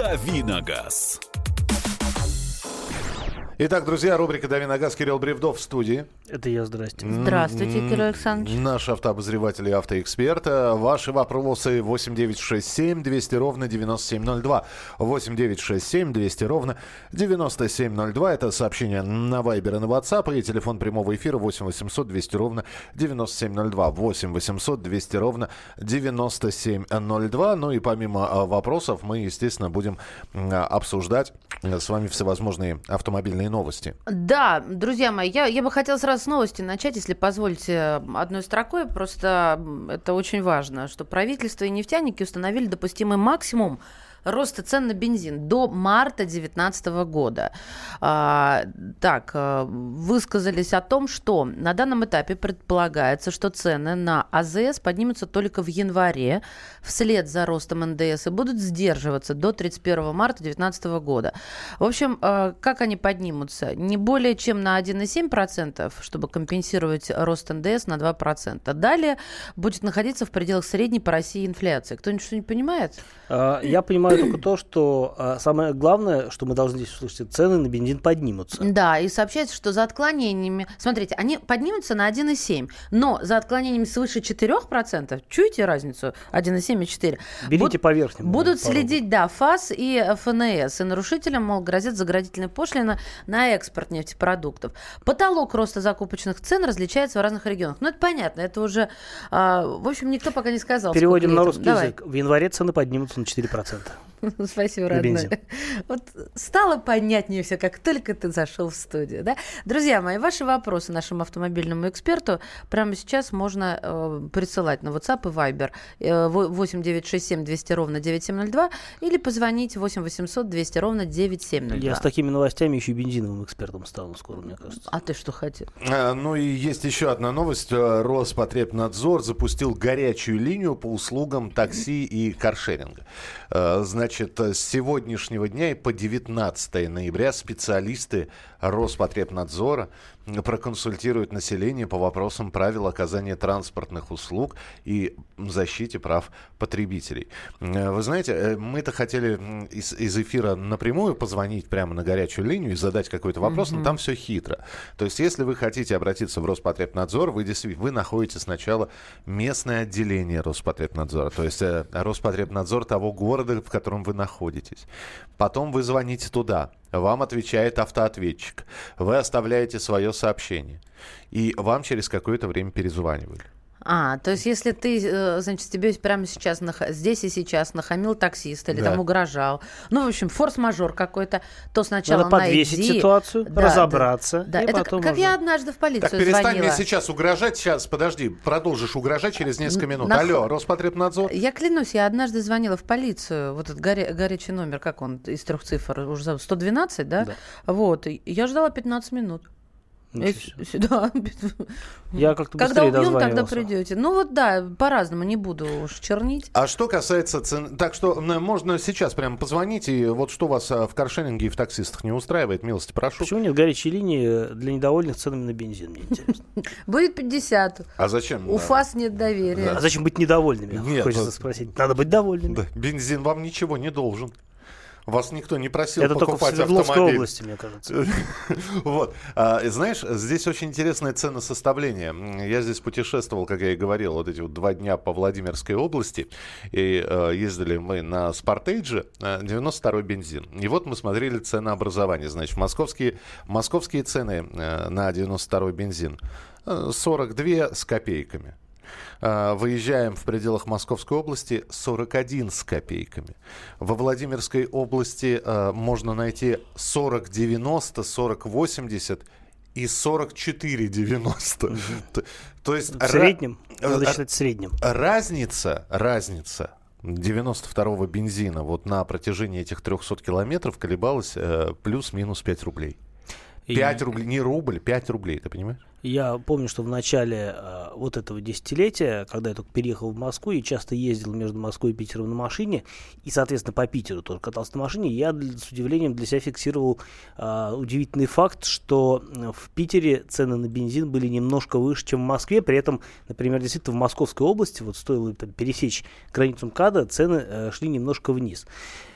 «Дави на газ». Итак, друзья, рубрика «Дави на газ», Кирилл Бревдов в студии. Это я, здрасте. Здравствуйте, Кирилл Александрович. Наш автообозреватель и автоэксперт. Ваши вопросы 8967-200-97-02. 8967-200-97-02. Это сообщение на Viber и на WhatsApp. И телефон прямого эфира 8-800-200-97-02. 8-800-200-97-02. Ну и помимо вопросов мы, естественно, будем обсуждать с вами всевозможные автомобильные новости. Да, друзья мои, я бы хотела сразу с новости начать, если позволите, одной строкой. Просто это очень важно, что правительство и нефтяники установили допустимый максимум роста цен на бензин до марта 2019 года. Высказались о том, что на данном этапе предполагается, что цены на АЗС поднимутся только в январе вслед за ростом НДС и будут сдерживаться до 31 марта 2019 года. В общем, как они поднимутся? Не более чем на 1,7%, чтобы компенсировать рост НДС на 2%. Далее будет находиться в пределах средней по России инфляции. Кто-нибудь что-нибудь понимает? Я понимаю только то, что самое главное, что мы должны здесь услышать, цены на бензин поднимутся. Да, и сообщается, что за отклонениями... Смотрите, они поднимутся на 1,7, но за отклонениями свыше 4%, чуете разницу? 1,7 и 4. Берите по верхнему. Будут следить, ФАС и ФНС. И нарушителям, грозит заградительная пошлина на экспорт нефтепродуктов. Потолок роста закупочных цен различается в разных регионах. Это понятно, это уже... в общем, никто пока не сказал. Переводим на русский язык. В январе цены поднимутся на 4%. Спасибо, родной. Вот стало понятнее все, как только ты зашел в студию. Да? Друзья мои, ваши вопросы нашему автомобильному эксперту прямо сейчас можно присылать на WhatsApp и Viber 8-967-200-97-02 или позвонить 8-800-200-97-02. Я с такими новостями еще и бензиновым экспертом стану скоро, мне кажется. А ты что хотел? Ну и есть еще одна новость. Роспотребнадзор запустил горячую линию по услугам такси и каршеринга. Значит, с сегодняшнего дня и по 19 ноября специалисты Роспотребнадзора проконсультируют население по вопросам правил оказания транспортных услуг и защите прав потребителей. Вы знаете, мы-то хотели из эфира напрямую позвонить прямо на горячую линию и задать какой-то вопрос, но там все хитро. То есть, если вы хотите обратиться в Роспотребнадзор, вы находите сначала местное отделение Роспотребнадзора, то есть Роспотребнадзор того города, в котором вы находитесь. Потом вы звоните туда. Вам отвечает автоответчик. Вы оставляете свое сообщение. И вам через какое-то время перезванивают. То есть если ты, значит, тебе прямо сейчас, здесь и сейчас нахамил таксист или там угрожал, в общем, форс-мажор какой-то, то сначала надо подвесить ситуацию, разобраться. Да. Это потом как я однажды в полицию звонила. Так перестань мне сейчас угрожать. Сейчас, подожди, продолжишь угрожать через несколько минут. Алло, Роспотребнадзор. Я клянусь, я однажды звонила в полицию, вот этот горячий номер, как он, из 3 цифр, уже 112, да? Вот, и я ждала 15 минут. Я как-то когда быстрее убьем, дозванивался. тогда придете. По-разному, не буду уж чернить. А что касается цен... Так что можно сейчас прямо позвонить, и вот что вас в каршеринге и в таксистах не устраивает, милости прошу. Почему нет горячей линии для недовольных ценами на бензин, мне интересно. Будет 50. А зачем? У ФАС нет доверия. А зачем быть недовольными? Нет, хочется спросить. Надо быть довольными. Да, бензин вам ничего не должен. Вас никто не просил это покупать автомобиль. Это только в Свердловской области, мне кажется. Вот. Знаешь, здесь очень интересное ценосоставление. Я здесь путешествовал, как я и говорил, вот эти 2 дня по Владимирской области. И ездили мы на Спортейдже, 92-й бензин. И вот мы смотрели ценообразование. Значит, московские цены на 92-й бензин 42 с копейками. Выезжаем в пределах Московской области 41 с копейками. Во Владимирской области можно найти 40,90, 40,80 и 44,90. То есть в среднем? Надо считать в среднем. Разница 92-го бензина вот на протяжении этих 300 километров колебалась плюс-минус 5 рублей. 5 рублей, не рубль, 5 рублей, ты понимаешь? Я помню, что в начале вот этого десятилетия, когда я только переехал в Москву и часто ездил между Москвой и Питером на машине, и, соответственно, по Питеру тоже катался на машине, я с удивлением для себя фиксировал удивительный факт, что в Питере цены на бензин были немножко выше, чем в Москве. При этом, например, действительно в Московской области, вот стоило там пересечь границу МКАДа, цены шли немножко вниз.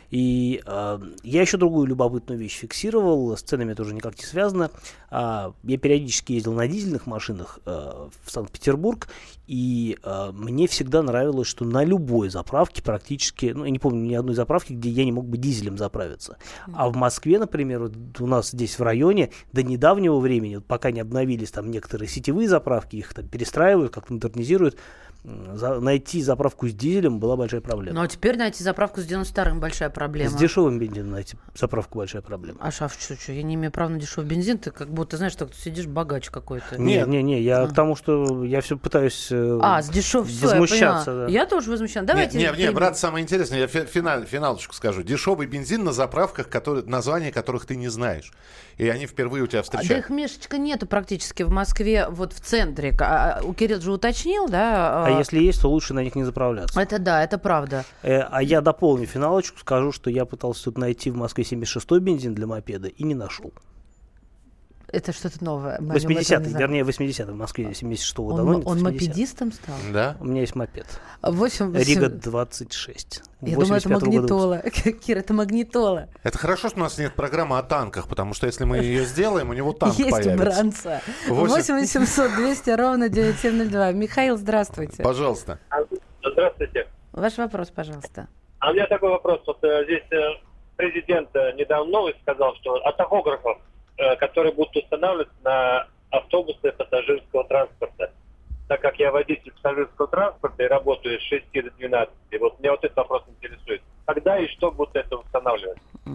И я еще другую любопытную вещь фиксировал, с ценами это уже никак не связано. Я периодически ездил на дизельных машинах в Санкт-Петербург, и мне всегда нравилось, что на любой заправке практически, я не помню ни одной заправки, где я не мог бы дизелем заправиться. А в Москве, например, вот у нас здесь в районе до недавнего времени, вот пока не обновились там некоторые сетевые заправки, их там перестраивают, как-то модернизируют, найти заправку с дизелем была большая проблема. Ну, а теперь найти заправку с 92-м большая проблема. С дешевым бензином найти заправку большая проблема. А что, я не имею права на дешевый бензин, ты как будто, знаешь, что ты сидишь богач какой-то. Не, я к тому, что я все пытаюсь возмущаться. Да. Я тоже возмущена. Давайте. Брат, самое интересное, я финалочку скажу. Дешевый бензин на заправках, названия которых ты не знаешь. И они впервые у тебя встречаются. Да их, Мишечка, нету практически в Москве, вот в центре. У Кирилла же уточнил, да? А если есть, то лучше на них не заправляться. Это да, это правда. А я дополню финалочку, скажу, что я пытался тут найти в Москве 76-й бензин для мопеда и не нашел. Это что-то новое. 80-й, вернее, 80-й в Москве, 76-го давно нет. Он мопедистом стал? Да. У меня есть мопед. 8... Рига 26. Я думаю, это магнитола. Кир, это магнитола. Это хорошо, что у нас нет программы о танках, потому что если мы ее сделаем, у него танк появится. Есть у Бранца. 8 800 200 ровно 9702. Михаил, здравствуйте. Пожалуйста. Здравствуйте. Ваш вопрос, пожалуйста. А у меня такой вопрос. Вот здесь президент недавно новость сказал, что от тахографов, которые будут устанавливаться на автобусы пассажирского транспорта. Так как я водитель пассажирского транспорта и работаю с 6 до 12, вот меня вот этот вопрос интересует. Когда и что будут это устанавливать?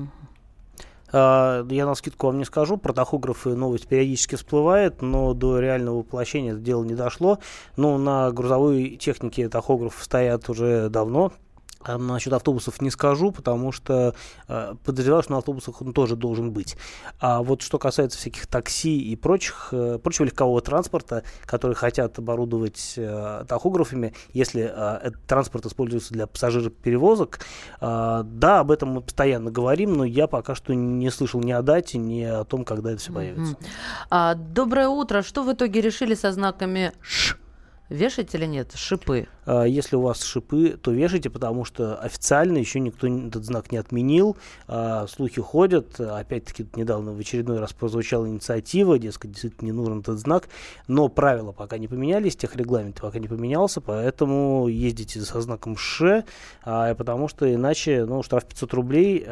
Я навскидку вам не скажу, про тахографы новость периодически всплывает, но до реального воплощения это дело не дошло. Но на грузовой технике тахографы стоят уже давно. А насчет автобусов не скажу, потому что подозреваю, что на автобусах он тоже должен быть. А вот что касается всяких такси и прочего легкового транспорта, которые хотят оборудовать тахографами, если этот транспорт используется для пассажироперевозок, да, об этом мы постоянно говорим, но я пока что не слышал ни о дате, ни о том, когда это все появится. Доброе утро. Что в итоге решили со знаками «Ш»? Вешать или нет? Шипы. Если у вас шипы, то вешайте, потому что официально еще никто этот знак не отменил. Слухи ходят. Опять-таки, недавно в очередной раз прозвучала инициатива, дескать, действительно не нужен этот знак. Но правила пока не поменялись, техрегламент пока не поменялся, поэтому ездите со знаком «Ш», потому что иначе штраф 500 рублей.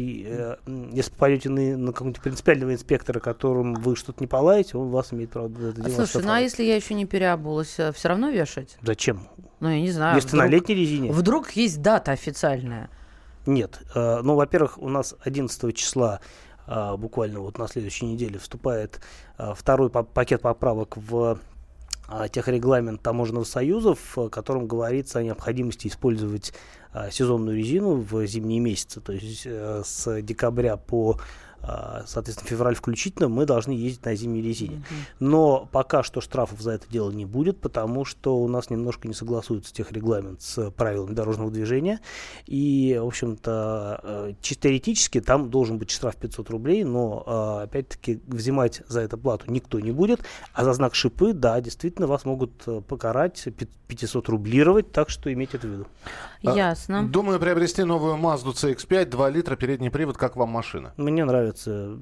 Если попадете на какого-нибудь принципиального инспектора, которым вы что-то не полаете, он вас имеет право это делать. Слушай, а если я еще не переобулась, все равно вешать? Зачем? Я не знаю. Если на летней резине. Вдруг есть дата официальная? Нет. Во-первых, у нас 11 числа, буквально вот на следующей неделе, вступает второй пакет поправок в техрегламент Таможенного союза, в котором говорится о необходимости использовать сезонную резину в зимние месяцы. То есть с декабря по соответственно, февраль включительно, мы должны ездить на зимней резине. Но пока что штрафов за это дело не будет, потому что у нас немножко не согласуется техрегламент с правилами дорожного движения. И, в общем-то, чисто теоретически там должен быть штраф 500 рублей, но, опять-таки, взимать за это плату никто не будет. А за знак «Шипы», да, действительно, вас могут покарать, 500 рублировать, так что имейте это в виду. Ясно. Думаю приобрести новую Mazda CX-5, 2 литра, передний привод. Как вам машина? Мне нравится.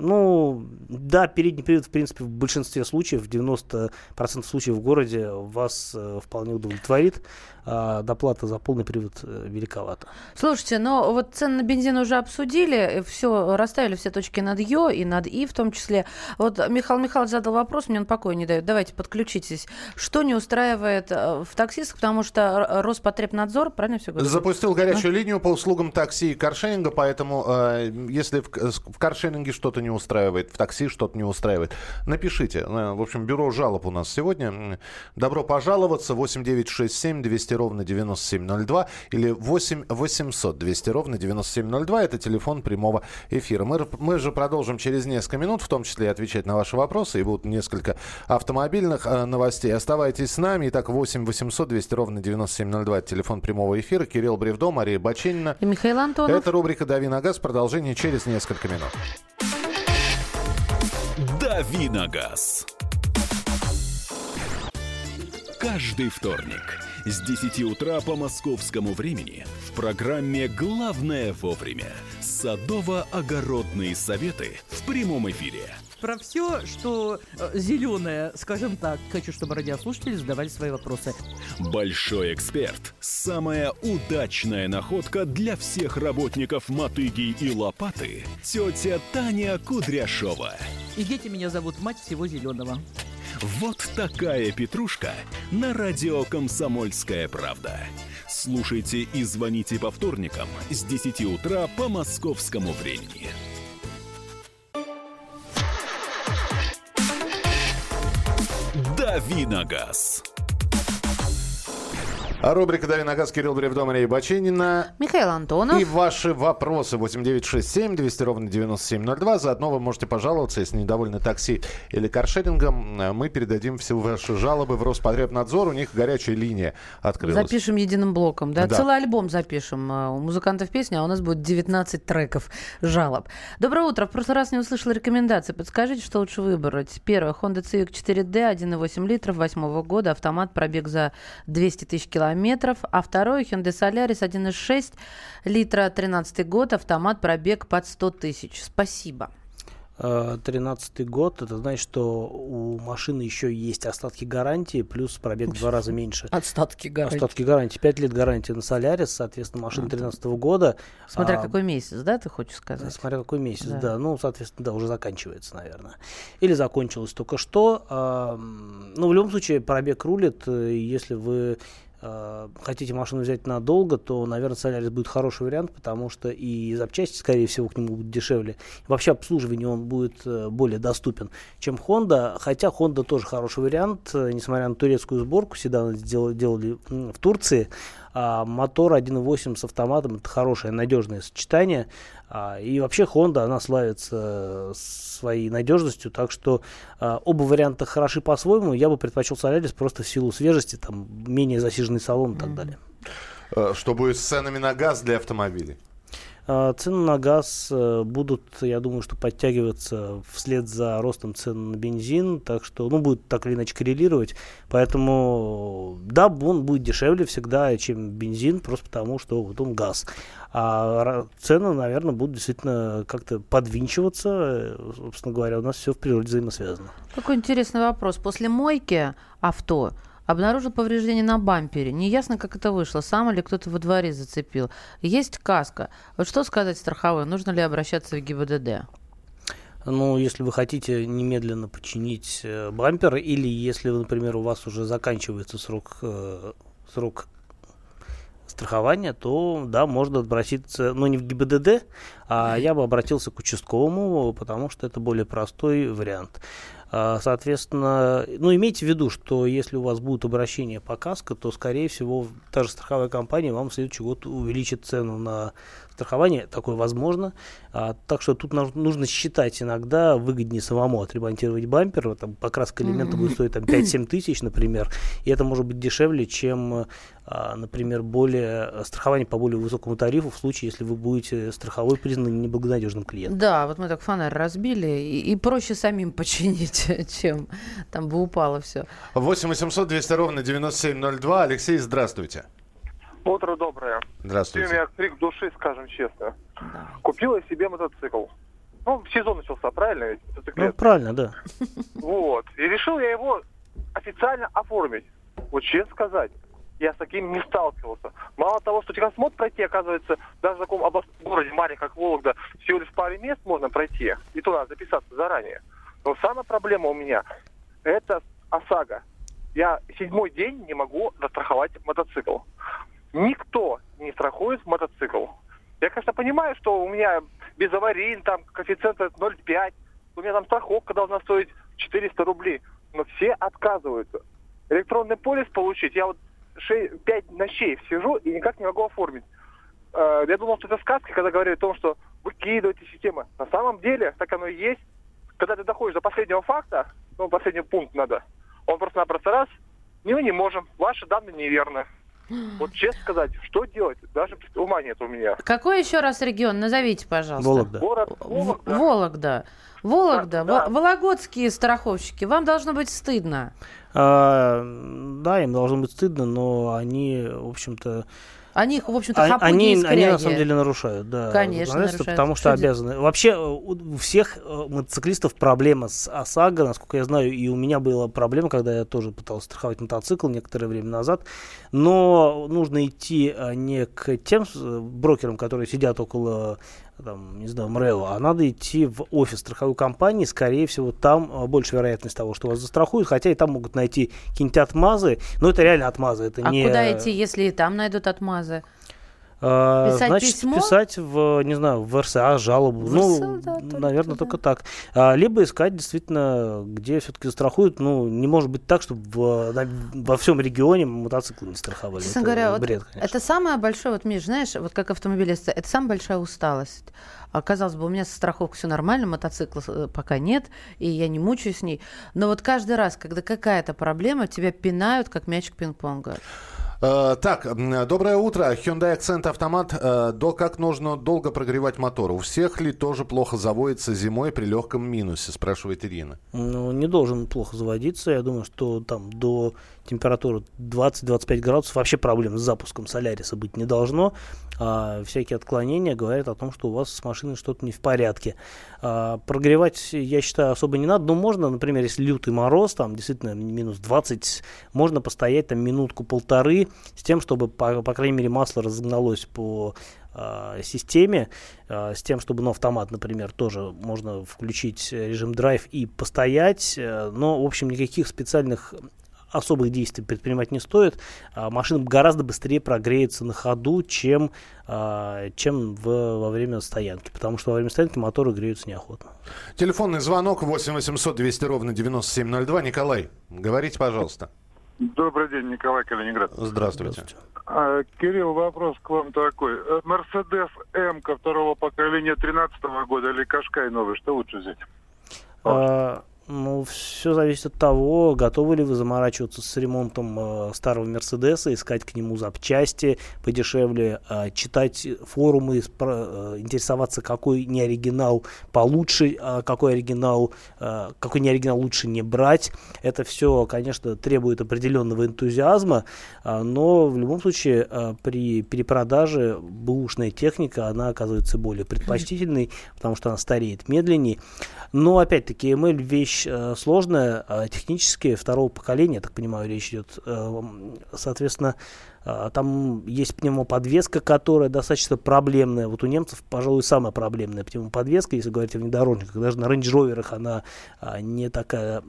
Да, передний привод, в принципе, в большинстве случаев, в 90% случаев в городе вас вполне удовлетворит. Доплата за полный привод великовата. Слушайте, вот цены на бензин уже обсудили, все, расставили все точки над «ё» и над «и» в том числе. Вот Михаил Михайлович задал вопрос, мне он покоя не дает. Давайте подключитесь. Что не устраивает в таксистах, потому что Роспотребнадзор, правильно все говорю? Запустил горячую линию по услугам такси и каршеринга, поэтому если в каршеринге что-то не устраивает, в такси что-то не устраивает, напишите. В общем, бюро жалоб у нас сегодня. Добро пожаловаться. 8967 200 ровно 9702 или 8 800 200 ровно 9702. Это телефон прямого эфира. Мы же продолжим через несколько минут, в том числе и отвечать на ваши вопросы. И будут несколько автомобильных новостей. Оставайтесь с нами. Итак, 8 800 200 ровно 9702. Это телефон прямого эфира. Кирилл Бревдо, Мария Баченина. И Михаил Антонов. Это рубрика «Дави на газ». Продолжение через несколько минут. «Дави на газ». Каждый вторник С 10 утра по московскому времени в программе «Главное вовремя» садово-огородные советы в прямом эфире. Про все, что зеленое, скажем так, хочу, чтобы радиослушатели задавали свои вопросы. Большой эксперт. Самая удачная находка для всех работников мотыги и лопаты. Тетя Таня Кудряшова. И дети меня зовут мать всего зеленого. Вот такая петрушка на радио «Комсомольская правда». Слушайте и звоните по вторникам с 10 утра по московскому времени. «Дави на газ». Рубрика «Дави на газ», Кирилл Бревдо, Мария Баченина. Михаил Антонов. И ваши вопросы 8967-200-97-02. Заодно вы можете пожаловаться, если недовольны такси или каршерингом. Мы передадим все ваши жалобы в Роспотребнадзор. У них горячая линия открылась. Запишем единым блоком, да? Да. Целый альбом запишем. У музыкантов песня, а у нас будет 19 треков жалоб. Доброе утро. В прошлый раз не услышала рекомендации. Подскажите, что лучше выбрать. Первое. Honda Civic 4D, 1,8 литров, 2008 года. Автомат, пробег за 200 тысяч километров. А второй Hyundai Solaris 1,6 литра, 13 год, автомат, пробег под 100 тысяч. Спасибо. 13-й год, это значит, что у машины еще есть остатки гарантии, плюс пробег в 2 раза меньше. Остатки гарантии. Остатки гарантии. 5 лет гарантии на Solaris, соответственно, машина 13-го года. Смотря какой месяц, да, ты хочешь сказать? Смотря какой месяц, Да. да. Ну, соответственно, да, уже заканчивается, наверное. Или закончилось только что. Ну, в любом случае, пробег рулит. Если вы хотите машину взять надолго, то, наверное, Solaris будет хороший вариант, потому что и запчасти, скорее всего, к нему будут дешевле. Вообще обслуживание он будет более доступен, чем Honda. Хотя Honda тоже хороший вариант, несмотря на турецкую сборку, седан делали в Турции. Мотор 1.8 с автоматом — это хорошее, надежное сочетание. И вообще Honda, она славится своей надежностью, так что оба варианта хороши по-своему. Я бы предпочел Solaris просто в силу свежести, там менее засиженный салон и так далее. Что будет с ценами на газ для автомобилей? Цены на газ будут, я думаю, что подтягиваться вслед за ростом цен на бензин, так что, ну, будет так или иначе коррелировать, поэтому, да, он будет дешевле всегда, чем бензин, просто потому, что вот он газ. А цены, наверное, будут действительно как-то подвинчиваться, собственно говоря, у нас все в природе взаимосвязано. Какой интересный вопрос. После мойки авто обнаружил повреждение на бампере. Неясно, как это вышло. Сам или кто-то во дворе зацепил. Есть каска. Вот что сказать страховой? Нужно ли обращаться в ГИБДД? Ну, если вы хотите немедленно починить бампер, или если, например, у вас уже заканчивается срок страхования, то, да, можно обратиться, но не в ГИБДД, а я бы обратился к участковому, потому что это более простой вариант. Соответственно, ну, имейте в виду, что если у вас будут обращения по каско, то, скорее всего, та же страховая компания вам в следующий год увеличит цену на страхование. Такое возможно. Так что тут нужно считать. Иногда выгоднее самому отремонтировать бампер. Там покраска элемента будет стоить там, 5-7 тысяч, например. И это может быть дешевле, чем, например, страхование по более высокому тарифу в случае, если вы будете страховой признан неблагонадежным клиентом. Да, вот мы так фонарь разбили, и проще самим починить, чем там бы упало все. 8 800 200 ровно 9702. Алексей, здравствуйте. Утро доброе. Здравствуйте. Ты у меня крик души, скажем честно. Да. Купила себе мотоцикл. Ну, сезон начался, правильно ведь? Ну, правильно, да. Вот. И решил я его официально оформить. Вот честно сказать, я с таким не сталкивался. Мало того, что техосмотр пройти, оказывается, даже в таком городе маленьком, как Вологда, всего лишь в паре мест можно пройти. И то надо записаться заранее. Но самая проблема у меня – это ОСАГО. Я 7-й день не могу застраховать мотоцикл. Никто не страхует мотоцикл. Я, конечно, понимаю, что у меня безаварийный, там, коэффициент 0,5, у меня там страховка должна стоить 400 рублей, но все отказываются. Электронный полис получить, я вот 5 ночей сижу и никак не могу оформить. Я думал, что это сказки, когда говорили о том, что выкидывайте системы. На самом деле, так оно и есть. Когда ты доходишь до последнего факта, ну, последний пункт надо, он просто-напросто раз, мы не можем, ваши данные неверны. Вот честно сказать, что делать? Даже ума нет у меня. Какой еще раз регион? Назовите, пожалуйста. Вологда. Город Вологда. Да. Вологодские страховщики. Вам должно быть стыдно. Да, им должно быть стыдно, но они, в общем-то... Они, в общем-то, хапуги и Они скряги. на самом деле нарушают, да, Конечно, законодательство, нарушают. потому что обязаны. Вообще у всех мотоциклистов проблема с ОСАГО, насколько я знаю, и у меня была проблема, когда я тоже пытался страховать мотоцикл некоторое время назад, но нужно идти не к тем брокерам, которые сидят около, там, не знаю, МРЭО, а надо идти в офис страховой компании, скорее всего, там больше вероятность того, что вас застрахуют, хотя и там могут найти какие-нибудь отмазы, но это реально отмазы, это не... Куда идти, если и там найдут отмазы? Значит, письмо? писать в, не знаю, в РСА жалобу. В ну, РСА, да, наверное, да. только так. Либо искать действительно, где все-таки застрахуют. Ну, не может быть так, чтобы во всем регионе мотоциклы не страховали. Честно это говоря, бред, вот конечно. это самое большое, вот, Миш, знаешь, вот как автомобилист, это самая большая усталость. Казалось бы, у меня со страховкой все нормально, мотоцикла пока нет, и я не мучаюсь с ней. Но вот каждый раз, когда какая-то проблема, тебя пинают, как мячик пинг-понга. Так, доброе утро. Hyundai Accent автомат. Как нужно долго прогревать мотор? У всех ли тоже плохо заводится зимой при легком минусе, спрашивает Ирина. Ну, не должен плохо заводиться. Я думаю, что там до температуры 20-25 градусов вообще проблем с запуском Соляриса быть не должно. Всякие отклонения говорят о том, что у вас с машиной что-то не в порядке. Прогревать, я считаю, особо не надо. Но можно, например, если лютый мороз, там действительно минус 20, можно постоять там минутку-полторы с тем, чтобы, по крайней мере, масло разогналось по системе, с тем, чтобы на автомат, например, тоже можно включить режим драйв и постоять. Но, в общем, никаких специальных особых действий предпринимать не стоит. Машина гораздо быстрее прогреется на ходу, чем во время стоянки, потому что во время стоянки моторы греются неохотно. Телефонный звонок 8 800 200 ровно 9702. Николай, говорите, пожалуйста. Добрый день, Николай, Калининград. Здравствуйте. Кирилл, вопрос к вам такой. Мерседес М-ка второго поколения 13-го года или Кашкай новый, что лучше взять? Ну, все зависит от того, готовы ли вы заморачиваться с ремонтом старого Мерседеса, искать к нему запчасти подешевле, читать форумы, интересоваться, какой неоригинал получше, какой неоригинал лучше не брать. Это все, конечно, требует определенного энтузиазма, но в любом случае при перепродаже бэушная техника, она оказывается более предпочтительной, потому что она стареет медленнее. Но, опять-таки, ML вещь сложная, технически второго поколения, я так понимаю, речь идет. Соответственно, там есть пневмоподвеска, которая достаточно проблемная. Вот у немцев, пожалуй, самая проблемная пневмоподвеска, если говорить о внедорожниках. Даже на Range Rover'ах она не такая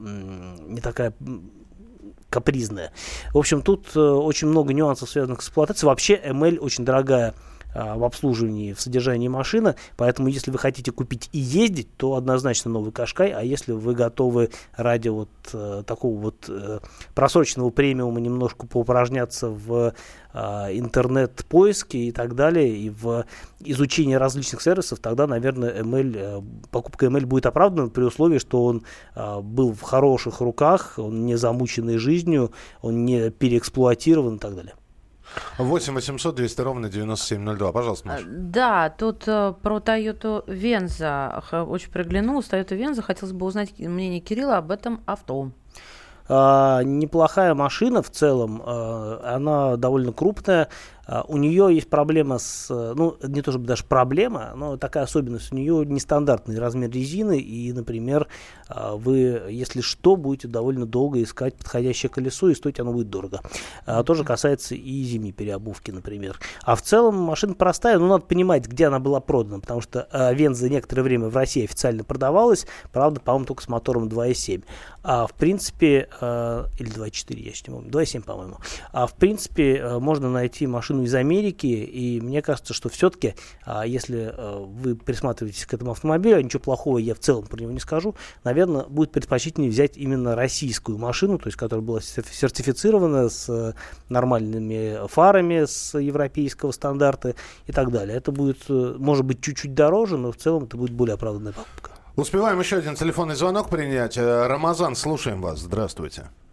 капризная. В общем, тут очень много нюансов, связанных с эксплуатацией. Вообще, ML очень дорогая в обслуживании, в содержании машины, поэтому если вы хотите купить и ездить, то однозначно новый Кашкай, а если вы готовы ради вот такого вот просроченного премиума немножко поупражняться в интернет-поиске и так далее, и в изучении различных сервисов, тогда, наверное, покупка ML будет оправдана при условии, что он был в хороших руках, он не замученный жизнью, он не переэксплуатирован и так далее. 8 800 200 ровно 9702. Пожалуйста, Маша. Да, тут про Toyota Venza очень приглянулась. Toyota Venza, хотелось бы узнать мнение Кирилла об этом авто. Неплохая машина в целом, она довольно крупная. У нее есть проблема не то чтобы даже проблема, но такая особенность. У нее нестандартный размер резины, и, например, вы, если что, будете довольно долго искать подходящее колесо, и стоить оно будет дорого. Тоже касается и зимней переобувки, например. А в целом машина простая, но надо понимать, где она была продана, потому что Venza некоторое время в России официально продавалась, правда, по-моему, только с мотором 2.7. А в принципе, или 2.4, я сейчас не помню, 2.7, по-моему. А в принципе, можно найти машину из Америки, и мне кажется, что все-таки, если вы присматриваетесь к этому автомобилю, ничего плохого я в целом про него не скажу, наверное, будет предпочтительнее взять именно российскую машину, то есть, которая была сертифицирована с нормальными фарами, с европейского стандарта и так далее. Это будет, может быть, чуть-чуть дороже, но в целом это будет более оправданная покупка. Успеваем еще один телефонный звонок принять. Рамазан, слушаем вас. Здравствуйте.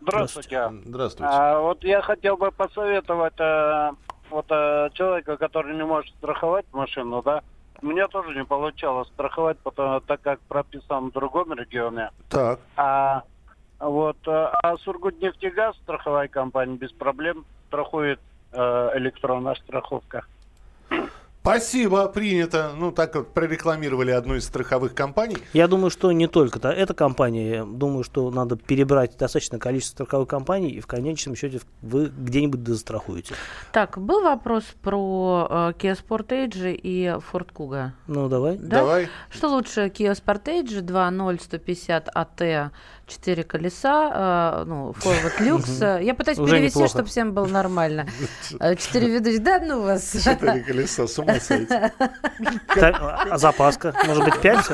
Здравствуйте. Здравствуйте. Вот я хотел бы посоветовать человека, который не может страховать машину, да. Мне тоже не получалось страховать, так как прописан в другом регионе. Так. А Сургутнефтегаз, страховая компания, без проблем страхует электронная страховка. Спасибо, принято. Ну, так как прорекламировали одну из страховых компаний. Я думаю, что не только эта компания. Я думаю, что надо перебрать достаточное количество страховых компаний, и в конечном счете вы где-нибудь дозастрахуете. Так, был вопрос про Kia Sportage и Ford Kuga. Ну, давай. Да? Давай. Что лучше, Kia Sportage 2.0 150 AT, 4 колеса, Forward Lux. Я пытаюсь Уже перевести, неплохо. чтобы всем было нормально. 4 ведущих. Да, ну вас. 4 колеса, с ума сойти. А запаска? Может быть, 5?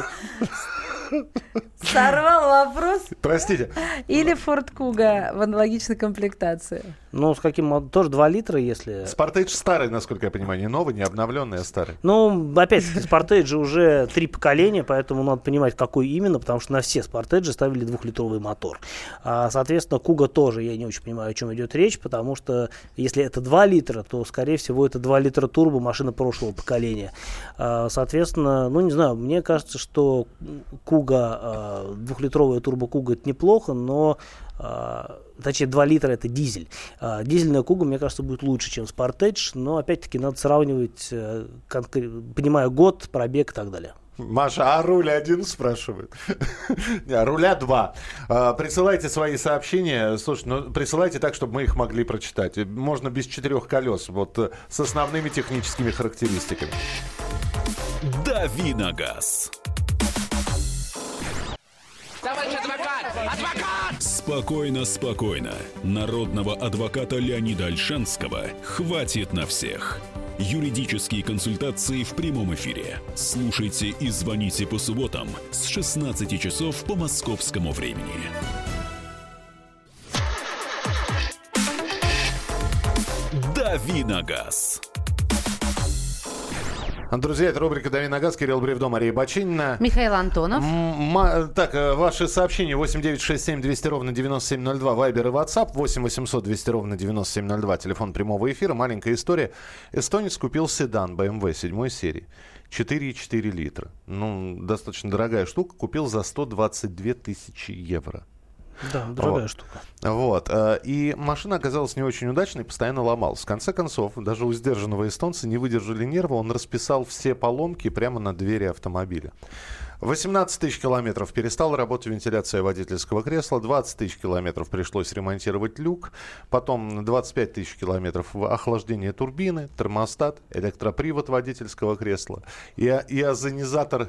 Сорвал вопрос. Простите. Или Ford Kuga в аналогичной комплектации. Ну, с каким? Тоже 2 литра, если... Спортейдж старый, насколько я понимаю, не новый, не обновленный, а старый. Ну, опять-таки, Спортейджи уже 3 поколения, поэтому надо понимать, какой именно, потому что на все Спортейджи ставили 2-литровый мотор. Соответственно, Kuga тоже, я не очень понимаю, о чем идет речь, потому что если это 2 литра, то, скорее всего, это 2 литра турбо, машина прошлого поколения. Соответственно, ну, не знаю, мне кажется, что Kuga, 2-литровая турбо Kuga, это неплохо, но... Точнее, 2 литра это дизель. Дизельная Kuga, мне кажется, будет лучше, чем Sportage, но опять-таки надо сравнивать, понимая год, пробег и так далее. Маша, а руль 1 спрашивает? Руля 2. Присылайте свои сообщения. Слушай, присылайте так, чтобы мы их могли прочитать. Можно без 4 колес, вот с основными техническими характеристиками. Дави на газ. Товарищ адвокат! Адвокат! Спокойно, спокойно. Народного адвоката Леонида Ольшанского хватит на всех. Юридические консультации в прямом эфире. Слушайте и звоните по субботам с 16 часов по московскому времени. Дави на газ. Друзья, это рубрика «Дави на газ». Кирилл Бревдо, Мария Бачинина. Михаил Антонов. Так, ваши сообщения 8967 200 ровно 9702. Вайбер и WhatsApp 8 800 200 ровно 9702. Телефон прямого эфира. Маленькая история. Эстонец купил седан BMW 7 серии. 4,4 литра. Ну, достаточно дорогая штука. Купил за 122 тысячи евро. Да, дорогая штука. Вот. И машина оказалась не очень удачной, постоянно ломалась. В конце концов, даже у сдержанного эстонца не выдержали нервы. Он расписал все поломки прямо на двери автомобиля. 18 тысяч километров перестала работать вентиляция водительского кресла, 20 тысяч километров пришлось ремонтировать люк, потом 25 тысяч километров охлаждение турбины, термостат, электропривод водительского кресла, ионизатор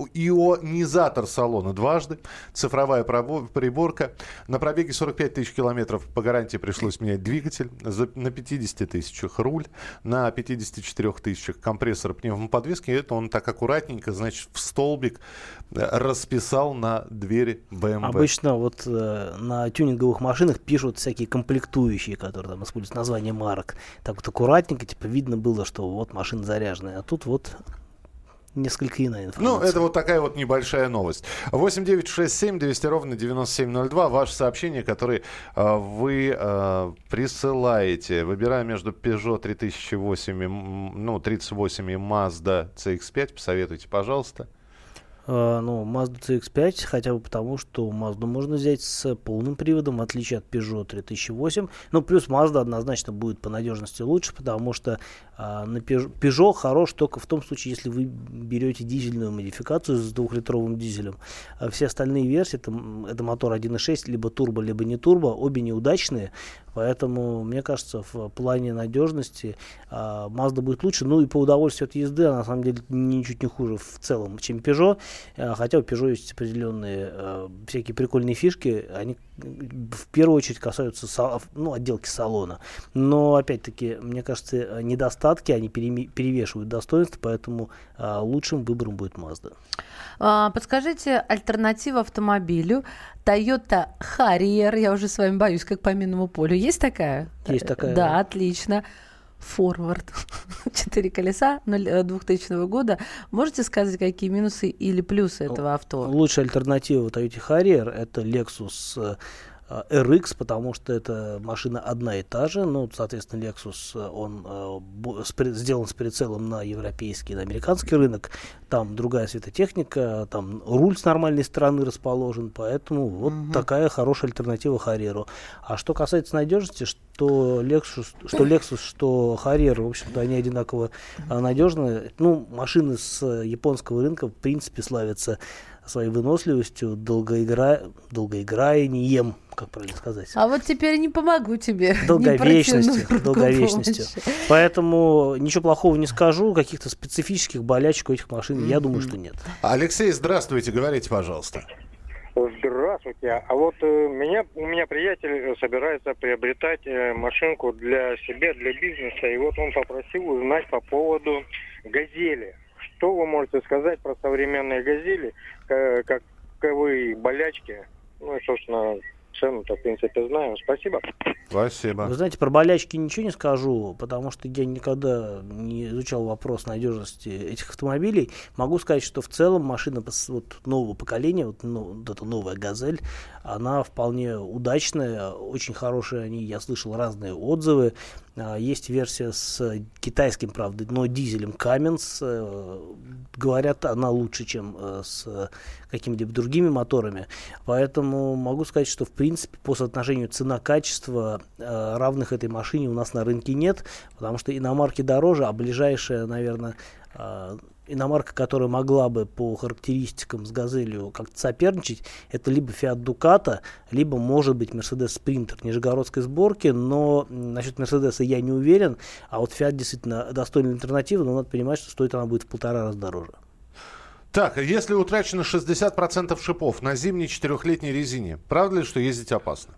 салона дважды, цифровая приборка. На пробеге 45 тысяч километров по гарантии пришлось менять двигатель, на 50 тысячах руль, на 54 тысячах компрессор пневмоподвески. Это он так аккуратненько, значит, в столбик расписал на двери BMW. Обычно вот на тюнинговых машинах пишут всякие комплектующие, которые там используют название марок. Так вот аккуратненько, типа видно было, что вот машина заряженная, а тут вот несколько иная информация. Ну, это вот такая вот небольшая новость. 8 9 6 7 200 ровно 9702. Ваше сообщение, которое вы присылаете. Выбирая между Peugeot 3008 38 и Mazda CX-5, посоветуйте, пожалуйста. Mazda CX-5, хотя бы потому, что Mazda можно взять с полным приводом, в отличие от Peugeot 3008. Ну, плюс Mazda однозначно будет по надежности лучше, потому что на Peugeot хорош только в том случае, если вы берете дизельную модификацию с 2-литровым дизелем. А все остальные версии, это мотор 1.6, либо турбо, либо не турбо, обе неудачные. Поэтому, мне кажется, в плане надежности Mazda будет лучше. Ну и по удовольствию от езды, она на самом деле ничуть не хуже в целом, чем Peugeot. Хотя у Peugeot есть определенные всякие прикольные фишки. Они в первую очередь касаются отделки салона. Но, опять-таки, мне кажется, недостатки, они перевешивают достоинства, поэтому лучшим выбором будет Mazda. Подскажите альтернативу автомобилю Toyota Harrier, я уже с вами боюсь, как по минному полю. Есть такая? Есть такая. Да, отлично. Forward. 4 колеса 2000 года. Можете сказать, какие минусы или плюсы этого авто? Лучшая альтернатива Toyota Harrier — это Lexus RX, потому что это машина одна и та же. Ну, соответственно, Lexus, он сделан с прицелом на европейский, на американский рынок. Там другая светотехника, там руль с нормальной стороны расположен, поэтому вот такая хорошая альтернатива Harrier. А что касается надежности, что Lexus, что Harrier, в общем-то, они одинаково надежны. Ну, машины с японского рынка, в принципе, славятся своей выносливостью, долгоигранием, как правильно сказать. А вот теперь не помогу тебе. Долговечностью. Поэтому ничего плохого не скажу. Каких-то специфических болячек у этих машин, я думаю, что нет. Алексей, здравствуйте, говорите, пожалуйста. Здравствуйте. А вот у меня приятель собирается приобретать машинку для себя, для бизнеса, и вот он попросил узнать по поводу «Газели». Что вы можете сказать про современные «Газели», каковы болячки? Ну и, собственно, цену-то, в принципе, знаем. Спасибо. Спасибо. Вы знаете, про болячки ничего не скажу, потому что я никогда не изучал вопрос надежности этих автомобилей. Могу сказать, что в целом машина вот нового поколения, вот эта новая «Газель», она вполне удачная, очень хорошая. Я слышал разные отзывы. Есть версия с китайским, правда, но дизелем Cummins. Говорят, она лучше, чем с какими-либо другими моторами. Поэтому могу сказать, что в принципе по соотношению цена-качество равных этой машине у нас на рынке нет, потому что иномарки дороже, а ближайшая, наверное, иномарка, которая могла бы по характеристикам с «Газелью» как-то соперничать, это либо Fiat Ducato, либо, может быть, Mercedes Sprinter нижегородской сборки, но насчет Mercedes я не уверен, а вот Fiat действительно достойная альтернатива, но надо понимать, что стоит она будет в 1,5 раза дороже. Так, если утрачено 60% шипов на зимней 4-летней резине, правда ли, что ездить опасно?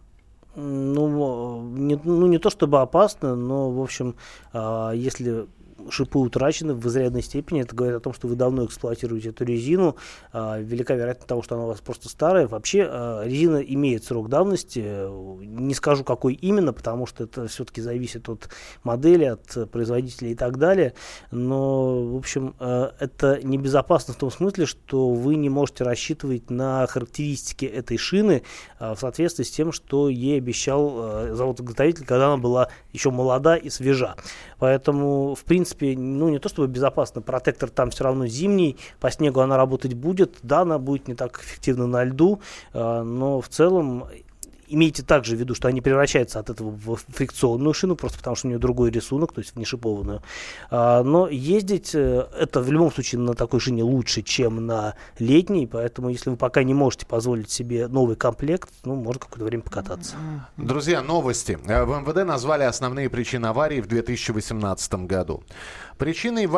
Не то чтобы опасно, но, в общем, если шипы утрачены в изрядной степени, это говорит о том, что вы давно эксплуатируете эту резину. Велика вероятность того, что она у вас просто старая. Вообще резина имеет срок давности. Не скажу, какой именно, потому что это все-таки зависит от модели, от производителя и так далее. Но, в общем, это небезопасно в том смысле, что вы не можете рассчитывать на характеристики этой шины в соответствии с тем, что ей обещал завод-изготовитель, когда она была еще молода и свежа. Поэтому, в принципе, не то чтобы безопасно, протектор там все равно зимний, по снегу она работать будет, да, она будет не так эффективна на льду, но в целом имейте также в виду, что они превращаются от этого в фрикционную шину, просто потому что у нее другой рисунок, то есть в нешипованную. Но ездить это в любом случае на такой шине лучше, чем на летней, поэтому если вы пока не можете позволить себе новый комплект, можно какое-то время покататься. Друзья, новости. В МВД назвали основные причины аварий в 2018 году. Причиной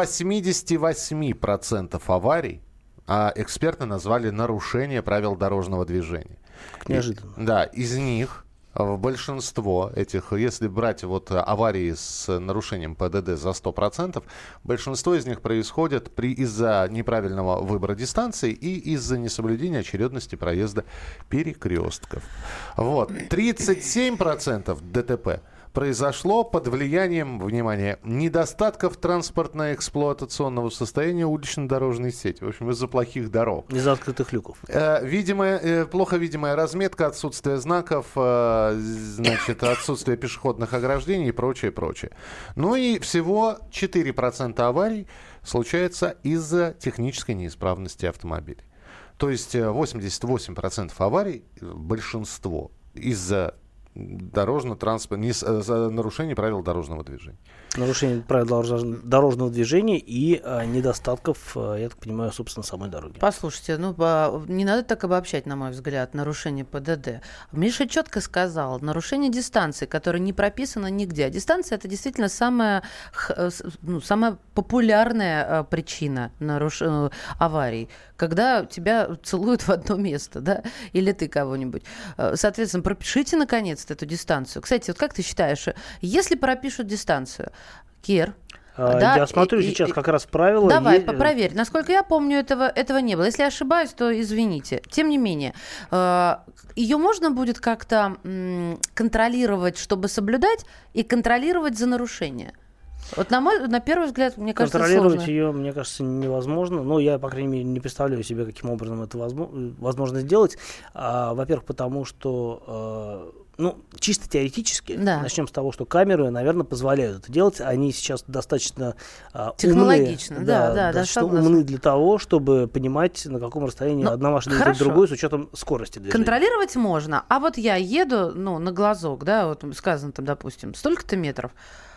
88% аварий эксперты назвали нарушение правил дорожного движения. Неожиданно. Да, из них большинство этих, если брать аварии с нарушением ПДД за 100%, большинство из них происходят из-за неправильного выбора дистанции и из-за несоблюдения очередности проезда перекрестков. 37% ДТП произошло под влиянием, внимание, недостатков транспортно-эксплуатационного состояния улично-дорожной сети. В общем, из-за плохих дорог. Из-за открытых люков. Плохо видимая разметка, отсутствие знаков, отсутствие пешеходных ограждений и прочее. Ну и всего 4% аварий случается из-за технической неисправности автомобилей. То есть 88% аварий, большинство, из-за нарушение правил дорожного движения. Нарушение правил дорожного движения и недостатков, я так понимаю, собственно, самой дороги. Послушайте, не надо так обобщать, на мой взгляд, нарушение ПДД. Миша четко сказал, нарушение дистанции, которое не прописано нигде. А дистанция – это действительно самая популярная причина аварий, когда тебя целуют в одно место, да, или ты кого-нибудь. Соответственно, пропишите, наконец-то, эту дистанцию. Кстати, как ты считаешь, если пропишут дистанцию, Кир, я смотрю сейчас как раз правила. Давай, проверь. Насколько я помню, этого не было. Если я ошибаюсь, то извините. Тем не менее, ее можно будет как-то контролировать, чтобы соблюдать, и контролировать за нарушение? Вот на первый взгляд, мне кажется, контролировать сложно. ее, мне кажется, невозможно. Но я, по крайней мере, не представляю себе, каким образом это возможно сделать. Во-первых, потому что... чисто теоретически, начнем с того, что камеры, наверное, позволяют это делать. Они сейчас достаточно технологично, умные, да, умны для того, чтобы понимать, на каком расстоянии одна машина идет от другой с учетом скорости движения. Контролировать можно. А вот я еду, на глазок, да, вот сказано там, допустим, столько-то метров.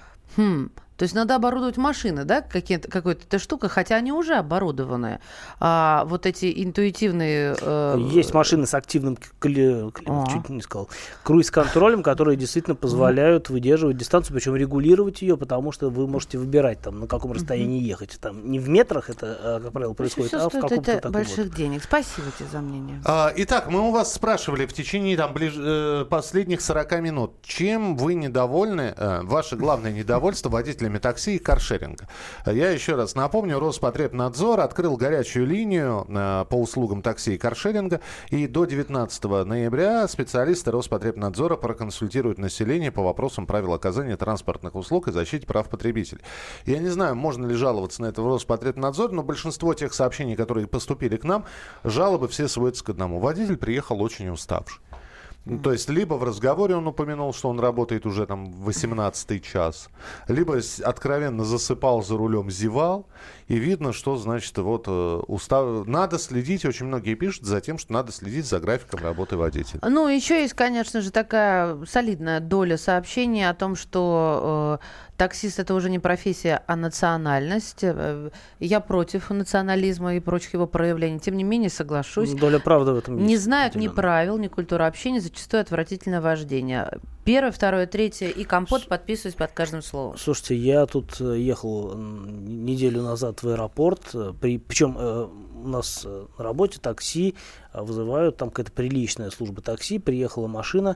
То есть надо оборудовать машины, да, какой-то штукой, хотя они уже оборудованные. А вот эти интуитивные... Есть машины с активным чуть не сказал, круиз-контролем, которые действительно позволяют выдерживать дистанцию, причем регулировать ее, потому что вы можете выбирать, там, на каком расстоянии ехать. Там не в метрах это, как правило, происходит, а в каком-то таком больших денег. Спасибо тебе за мнение. Итак, мы у вас спрашивали в течение последних 40 минут, чем вы недовольны, ваше главное недовольство водителями такси и каршеринга. Я еще раз напомню, Роспотребнадзор открыл горячую линию по услугам такси и каршеринга, и до 19 ноября специалисты Роспотребнадзора проконсультируют население по вопросам правил оказания транспортных услуг и защите прав потребителей. Я не знаю, можно ли жаловаться на это в Роспотребнадзор, но большинство тех сообщений, которые поступили к нам, жалобы все сводятся к одному. Водитель приехал очень уставший. То есть, либо в разговоре он упомянул, что он работает уже там 18-й час, либо откровенно засыпал за рулем, зевал, и видно, что, значит, вот надо следить, очень многие пишут за тем, что надо следить за графиком работы водителя. Еще есть, конечно же, такая солидная доля сообщений о том, что таксист — это уже не профессия, а национальность. Я против национализма и прочих его проявлений. Тем не менее, соглашусь. Доля правды в этом есть. Не знают ни правил, ни культуры общения, зачастую отвратительное вождение. Первое, второе, третье и компот, подписываюсь под каждым словом. Слушайте, я тут ехал неделю назад в аэропорт, причем у нас на работе такси вызывают, там какая-то приличная служба такси, приехала машина,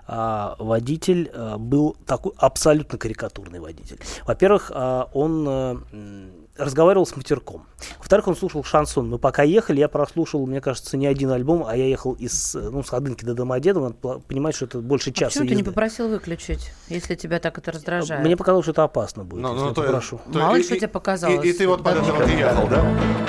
водитель был такой абсолютно карикатурный водитель. Во-первых, он разговаривал с матерком. Во-вторых, он слушал шансон. Мы пока ехали, я прослушал, мне кажется, не один альбом, а я ехал с Ходынки до Домодедова. Надо понимать, что это больше часа почему езды. Ты не попросил выключить, если тебя так это раздражает? Мне показалось, что это опасно будет, если я попрошу. Мало ли, что тебе показалось. И ты вот под это вот ехал, да?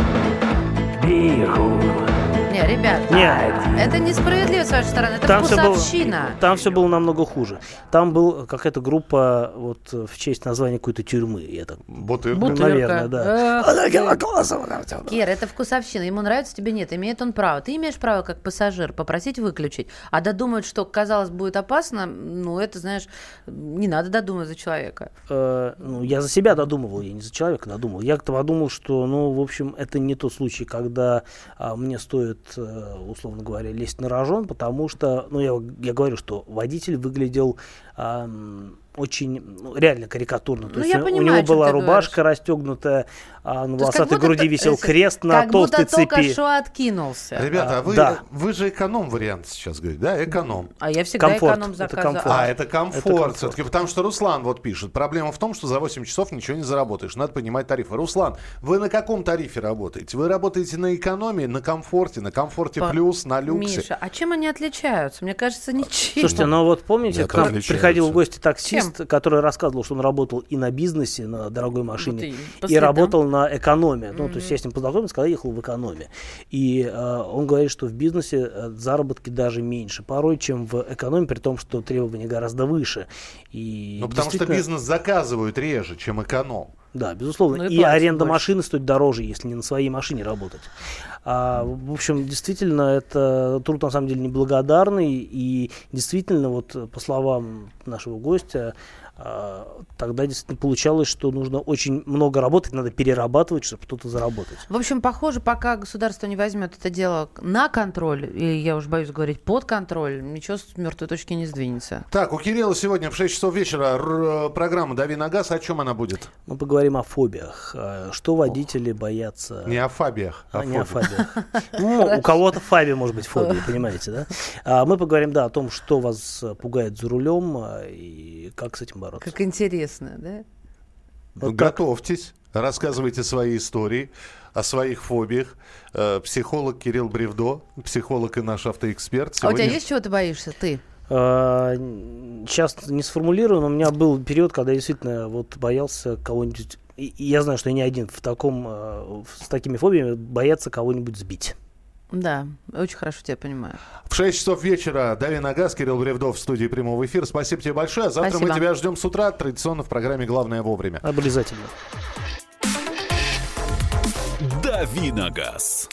Не, ребят, это несправедливо с вашей стороны, это вкусовщина. Там все было намного хуже. Там была какая-то группа вот в честь названия какой-то тюрьмы. Бутырка. Наверное, да. Кир, это вкусовщина. Ему нравится, тебе нет. Имеет он право. Ты имеешь право, как пассажир, попросить выключить. А додумать, что, казалось, будет опасно, это, знаешь, не надо додумать за человека. Я за себя додумывал, я не за человека додумал. Я как-то подумал, что, в общем, это не тот случай, когда мне стоит, условно говоря, лезть на рожон, потому что, я говорю, что водитель выглядел очень реально карикатурно. То есть у него была рубашка расстегнутая, на волосатой груди висел крест на толстой цепи. Как будто только что откинулся. Ребята, вы же эконом-вариант сейчас говорите, да? Эконом. А я всегда эконом заказываю. Это комфорт все-таки. Потому что Руслан вот пишет. Проблема в том, что за 8 часов ничего не заработаешь. Надо поднимать тарифы. Руслан, вы на каком тарифе работаете? Вы работаете на экономии, на комфорте плюс, на люксе? Миша, а чем они отличаются? Мне кажется, ничем. Слушайте, помните, к нам приходил в гости таксист, который рассказывал, что он работал и на бизнесе, на дорогой машине, и работал на экономе. То есть я с ним познакомился, когда ехал в экономе. И он говорит, что в бизнесе заработки даже меньше порой, чем в экономе, при том, что требования гораздо выше. Потому что бизнес заказывают реже, чем эконом. Да, безусловно. И аренда машины стоит дороже, если не на своей машине работать. В общем, действительно, это труд, на самом деле, неблагодарный. И действительно, по словам нашего гостя, тогда действительно получалось, что нужно очень много работать, надо перерабатывать, чтобы что-то заработать. В общем, похоже, пока государство не возьмет это дело на контроль, и я уж боюсь говорить под контроль, ничего с мертвой точки не сдвинется. Так, у Кирилла сегодня в 6 часов вечера программа «Дави на газ». О чем она будет? Мы поговорим о фобиях. Что водители боятся... Не о фобиях, не о фобиях. У кого-то фобия может быть фобия, понимаете, да? Мы поговорим, о том, что вас пугает за рулем и как с этим бороться. Как интересно, да? Готовьтесь, рассказывайте свои истории о своих фобиях. Психолог Кирилл Бревдо, психолог и наш автоэксперт. Сегодня... А у тебя есть чего ты боишься, ты? Сейчас не сформулирую, но у меня был период, когда я действительно вот боялся кого-нибудь... И я знаю, что я не один с такими фобиями, бояться кого-нибудь сбить. Да, очень хорошо тебя понимаю. В 6 часов вечера «Дави на газ», Кирилл Бревдов в студии прямого эфира. Спасибо тебе большое. Завтра Спасибо. мы тебя ждем с утра, традиционно в программе «Главное вовремя». Обязательно. «Дави на газ».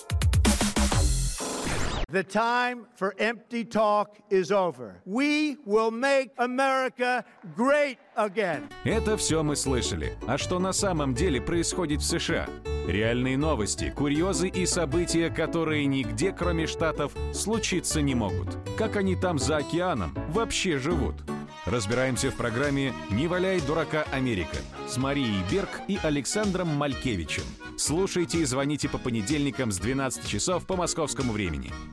The time for empty talk is over. We will make America great again. Это все мы слышали. А что на самом деле происходит в США? Реальные новости, курьезы и события, которые нигде, кроме Штатов, случиться не могут. Как они там за океаном вообще живут? Разбираемся в программе «Не валяй дурака, Америка» с Марией Берг и Александром Малькевичем. Слушайте и звоните по понедельникам с 12 часов по московскому времени.